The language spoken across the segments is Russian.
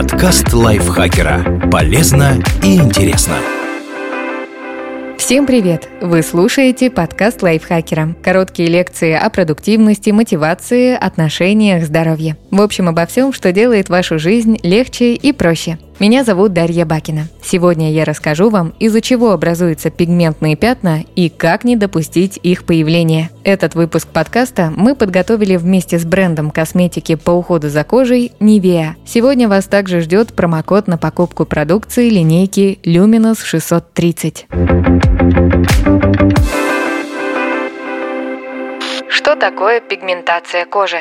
Подкаст лайфхакера. Полезно и интересно. Всем привет! Вы слушаете подкаст лайфхакера. Короткие лекции о продуктивности, мотивации, отношениях, здоровье. В общем, обо всем, что делает вашу жизнь легче и проще. Меня зовут Дарья Бакина. Сегодня я расскажу вам, из-за чего образуются пигментные пятна и как не допустить их появления. Этот выпуск подкаста мы подготовили вместе с брендом косметики по уходу за кожей Nivea. Сегодня вас также ждет промокод на покупку продукции линейки Luminous 630. Что такое пигментация кожи?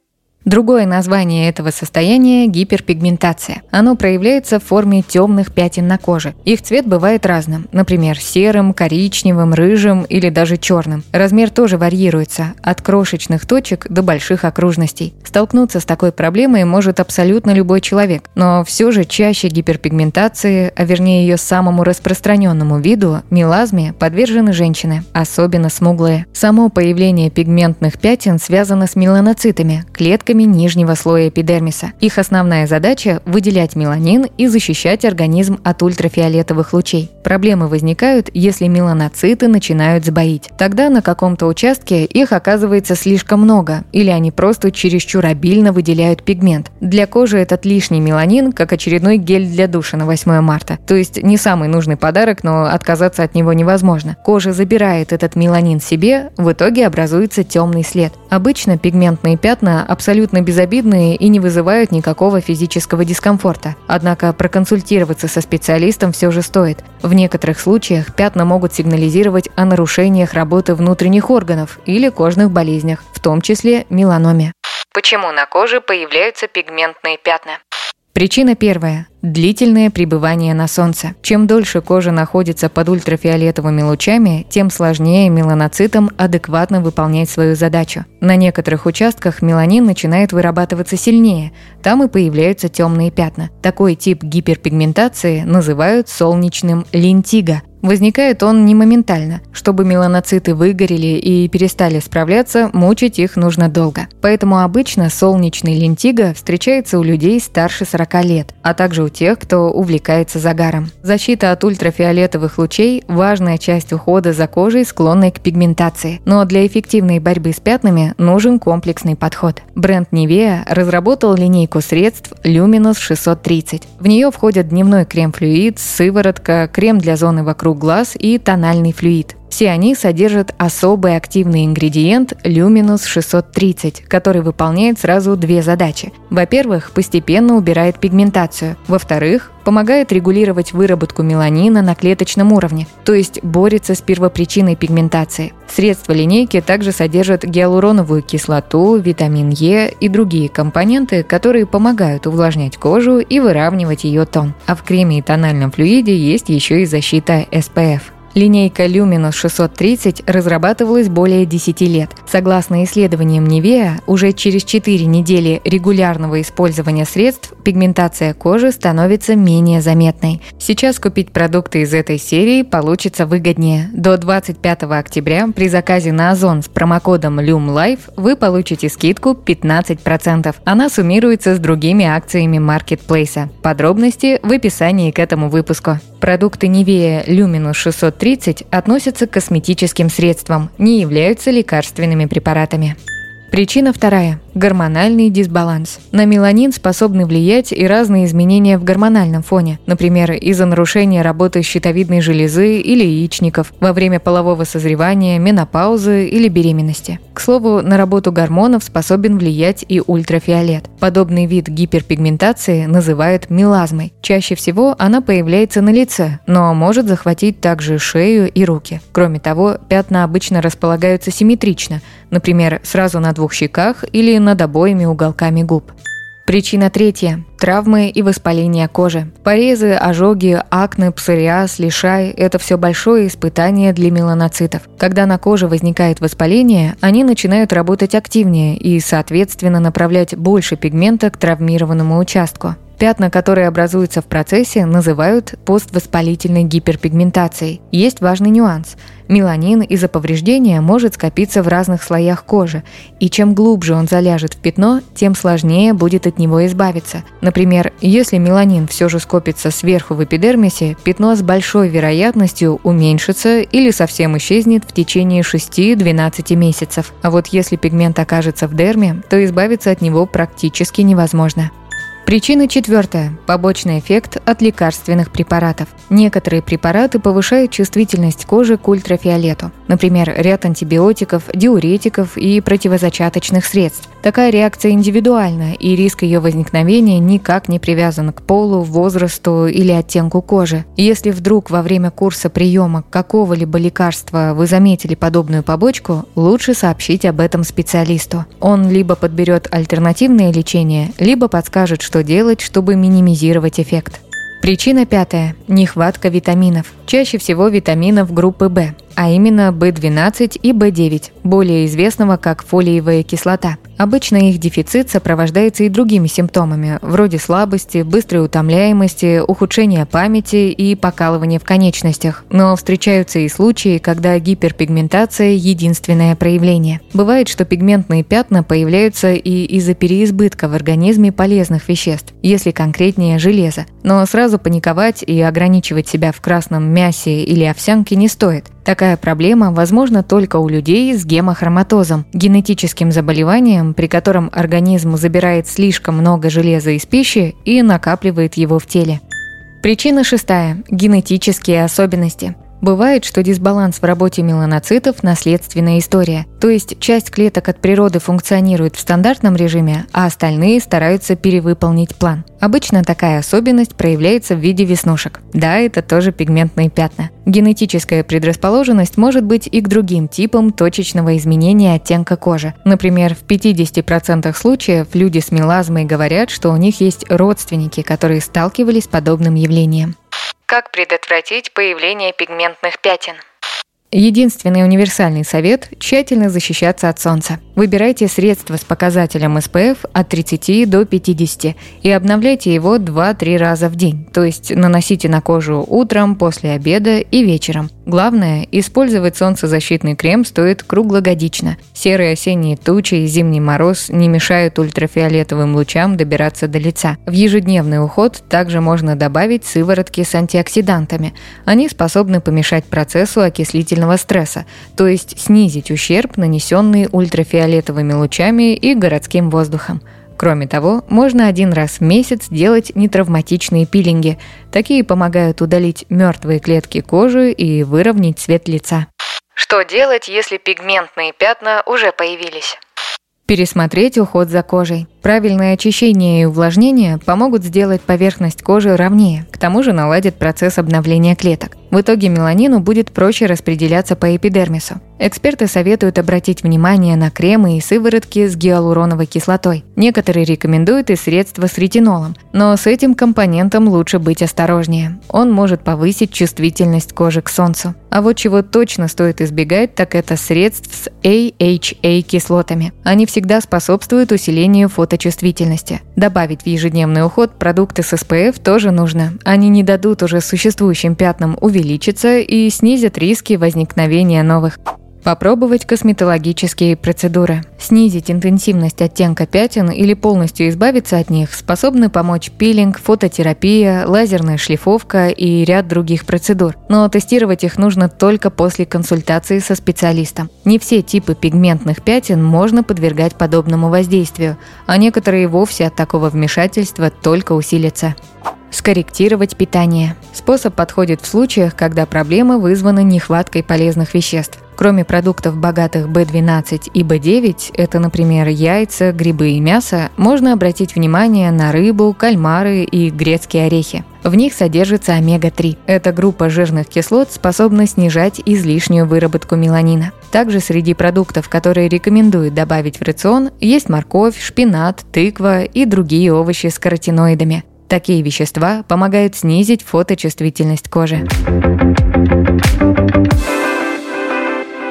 Другое название этого состояния – гиперпигментация. Оно проявляется в форме темных пятен на коже. Их цвет бывает разным, например, серым, коричневым, рыжим или даже черным. Размер тоже варьируется – от крошечных точек до больших окружностей. Столкнуться с такой проблемой может абсолютно любой человек, но все же чаще гиперпигментации, а вернее ее самому распространенному виду – мелазме, подвержены женщины, особенно смуглые. Само появление пигментных пятен связано с меланоцитами – клетками нижнего слоя эпидермиса. Их основная задача – выделять меланин и защищать организм от ультрафиолетовых лучей. Проблемы возникают, если меланоциты начинают сбоить. Тогда на каком-то участке их оказывается слишком много, или они просто чересчур обильно выделяют пигмент. Для кожи этот лишний меланин, как очередной гель для душа на 8 марта. То есть не самый нужный подарок, но отказаться от него невозможно. Кожа забирает этот меланин себе, в итоге образуется темный след. Обычно пигментные пятна абсолютно безобидные и не вызывают никакого физического дискомфорта. Однако проконсультироваться со специалистом все же стоит. В некоторых случаях пятна могут сигнализировать о нарушениях работы внутренних органов или кожных болезнях, в том числе меланоме. Почему на коже появляются пигментные пятна? Причина первая – длительное пребывание на солнце. Чем дольше кожа находится под ультрафиолетовыми лучами, тем сложнее меланоцитам адекватно выполнять свою задачу. На некоторых участках меланин начинает вырабатываться сильнее, там и появляются темные пятна. Такой тип гиперпигментации называют солнечным лентиго. Возникает он не моментально. Чтобы меланоциты выгорели и перестали справляться, мучить их нужно долго. Поэтому обычно солнечный лентиго встречается у людей старше 40 лет, а также у тех, кто увлекается загаром. Защита от ультрафиолетовых лучей – важная часть ухода за кожей, склонной к пигментации. Но для эффективной борьбы с пятнами нужен комплексный подход. Бренд Nivea разработал линейку средств Luminous 630. В нее входят дневной крем-флюид, сыворотка, крем для зоны вокруг глаз и тональный флюид. Все они содержат особый активный ингредиент Luminous 630, который выполняет сразу две задачи. Во-первых, постепенно убирает пигментацию. Во-вторых, помогает регулировать выработку меланина на клеточном уровне, то есть борется с первопричиной пигментации. Средства линейки также содержат гиалуроновую кислоту, витамин Е и другие компоненты, которые помогают увлажнять кожу и выравнивать ее тон. А в креме и тональном флюиде есть еще и защита SPF. Линейка Luminous 630 разрабатывалась более 10 лет. Согласно исследованиям Nivea, уже через 4 недели регулярного использования средств пигментация кожи становится менее заметной. Сейчас купить продукты из этой серии получится выгоднее. До 25 октября при заказе на Озон с промокодом LUMLIFE вы получите скидку 15%. Она суммируется с другими акциями маркетплейса. Подробности в описании к этому выпуску. Продукты Nivea Luminous 630 относятся к косметическим средствам, не являются лекарственными препаратами. Причина вторая – гормональный дисбаланс. На меланин способны влиять и разные изменения в гормональном фоне, например, из-за нарушения работы щитовидной железы или яичников, во время полового созревания, менопаузы или беременности. К слову, на работу гормонов способен влиять и ультрафиолет. Подобный вид гиперпигментации называют мелазмой. Чаще всего она появляется на лице, но может захватить также шею и руки. Кроме того, пятна обычно располагаются симметрично, например, сразу на двух щеках или над обоими уголками губ. Причина третья – травмы и воспаление кожи. Порезы, ожоги, акне, псориаз, лишай – это все большое испытание для меланоцитов. Когда на коже возникает воспаление, они начинают работать активнее и, соответственно, направлять больше пигмента к травмированному участку. Пятна, которые образуются в процессе, называют поствоспалительной гиперпигментацией. Есть важный нюанс. Меланин из-за повреждения может скопиться в разных слоях кожи, и чем глубже он заляжет в пятно, тем сложнее будет от него избавиться. Например, если меланин все же скопится сверху в эпидермисе, пятно с большой вероятностью уменьшится или совсем исчезнет в течение 6-12 месяцев. А вот если пигмент окажется в дерме, то избавиться от него практически невозможно. Причина четвертая – побочный эффект от лекарственных препаратов. Некоторые препараты повышают чувствительность кожи к ультрафиолету. Например, ряд антибиотиков, диуретиков и противозачаточных средств. Такая реакция индивидуальна, и риск ее возникновения никак не привязан к полу, возрасту или оттенку кожи. Если вдруг во время курса приема какого-либо лекарства вы заметили подобную побочку, лучше сообщить об этом специалисту. Он либо подберет альтернативное лечение, либо подскажет, что делать, чтобы минимизировать эффект. Причина пятая – нехватка витаминов. Чаще всего витаминов группы В, а именно В12 и В9, более известного как фолиевая кислота. Обычно их дефицит сопровождается и другими симптомами, вроде слабости, быстрой утомляемости, ухудшения памяти и покалывания в конечностях. Но встречаются и случаи, когда гиперпигментация – единственное проявление. Бывает, что пигментные пятна появляются и из-за переизбытка в организме полезных веществ, если конкретнее железа. Но сразу паниковать и ограничивать себя в красном мясе или овсянке не стоит. Такая проблема возможна только у людей с гемохроматозом, генетическим заболеванием, при котором организм забирает слишком много железа из пищи и накапливает его в теле. Причина шестая – генетические особенности. Бывает, что дисбаланс в работе меланоцитов – наследственная история, то есть часть клеток от природы функционирует в стандартном режиме, а остальные стараются перевыполнить план. Обычно такая особенность проявляется в виде веснушек. Да, это тоже пигментные пятна. Генетическая предрасположенность может быть и к другим типам точечного изменения оттенка кожи. Например, в 50% случаев люди с мелазмой говорят, что у них есть родственники, которые сталкивались с подобным явлением. Как предотвратить появление пигментных пятен? Единственный универсальный совет – тщательно защищаться от солнца. Выбирайте средство с показателем SPF от 30 до 50 и обновляйте его 2-3 раза в день, то есть наносите на кожу утром, после обеда и вечером. Главное, использовать солнцезащитный крем стоит круглогодично. Серые осенние тучи и зимний мороз не мешают ультрафиолетовым лучам добираться до лица. В ежедневный уход также можно добавить сыворотки с антиоксидантами. Они способны помешать процессу окислительного стресса, то есть снизить ущерб, нанесенный ультрафиолетовыми лучами и городским воздухом. Кроме того, можно один раз в месяц делать нетравматичные пилинги. Такие помогают удалить мертвые клетки кожи и выровнять цвет лица. Что делать, если пигментные пятна уже появились? Пересмотреть уход за кожей. Правильное очищение и увлажнение помогут сделать поверхность кожи ровнее, к тому же наладят процесс обновления клеток. В итоге меланину будет проще распределяться по эпидермису. Эксперты советуют обратить внимание на кремы и сыворотки с гиалуроновой кислотой. Некоторые рекомендуют и средства с ретинолом, но с этим компонентом лучше быть осторожнее. Он может повысить чувствительность кожи к солнцу. А вот чего точно стоит избегать, так это средств с AHA-кислотами. Они всегда способствуют усилению фоточувствительности. Добавить в ежедневный уход продукты с SPF тоже нужно. Они не дадут уже существующим пятнам увеличиться и снизят риски возникновения новых. Попробовать косметологические процедуры. Снизить интенсивность оттенка пятен или полностью избавиться от них способны помочь пилинг, фототерапия, лазерная шлифовка и ряд других процедур. Но тестировать их нужно только после консультации со специалистом. Не все типы пигментных пятен можно подвергать подобному воздействию, а некоторые вовсе от такого вмешательства только усилятся. Скорректировать питание. Способ подходит в случаях, когда проблема вызвана нехваткой полезных веществ. Кроме продуктов, богатых В12 и В9, это, например, яйца, грибы и мясо, можно обратить внимание на рыбу, кальмары и грецкие орехи. В них содержится омега-3. Эта группа жирных кислот способна снижать излишнюю выработку меланина. Также среди продуктов, которые рекомендуют добавить в рацион, есть морковь, шпинат, тыква и другие овощи с каротиноидами. Такие вещества помогают снизить фоточувствительность кожи.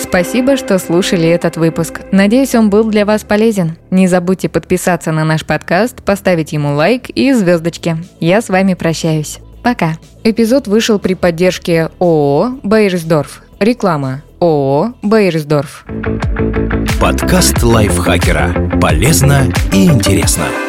Спасибо, что слушали этот выпуск. Надеюсь, он был для вас полезен. Не забудьте подписаться на наш подкаст, поставить ему лайк и звездочки. Я с вами прощаюсь. Пока. Эпизод вышел при поддержке ООО «Бейерсдорф». Реклама. ООО «Бейерсдорф». Подкаст лайфхакера. Полезно и интересно.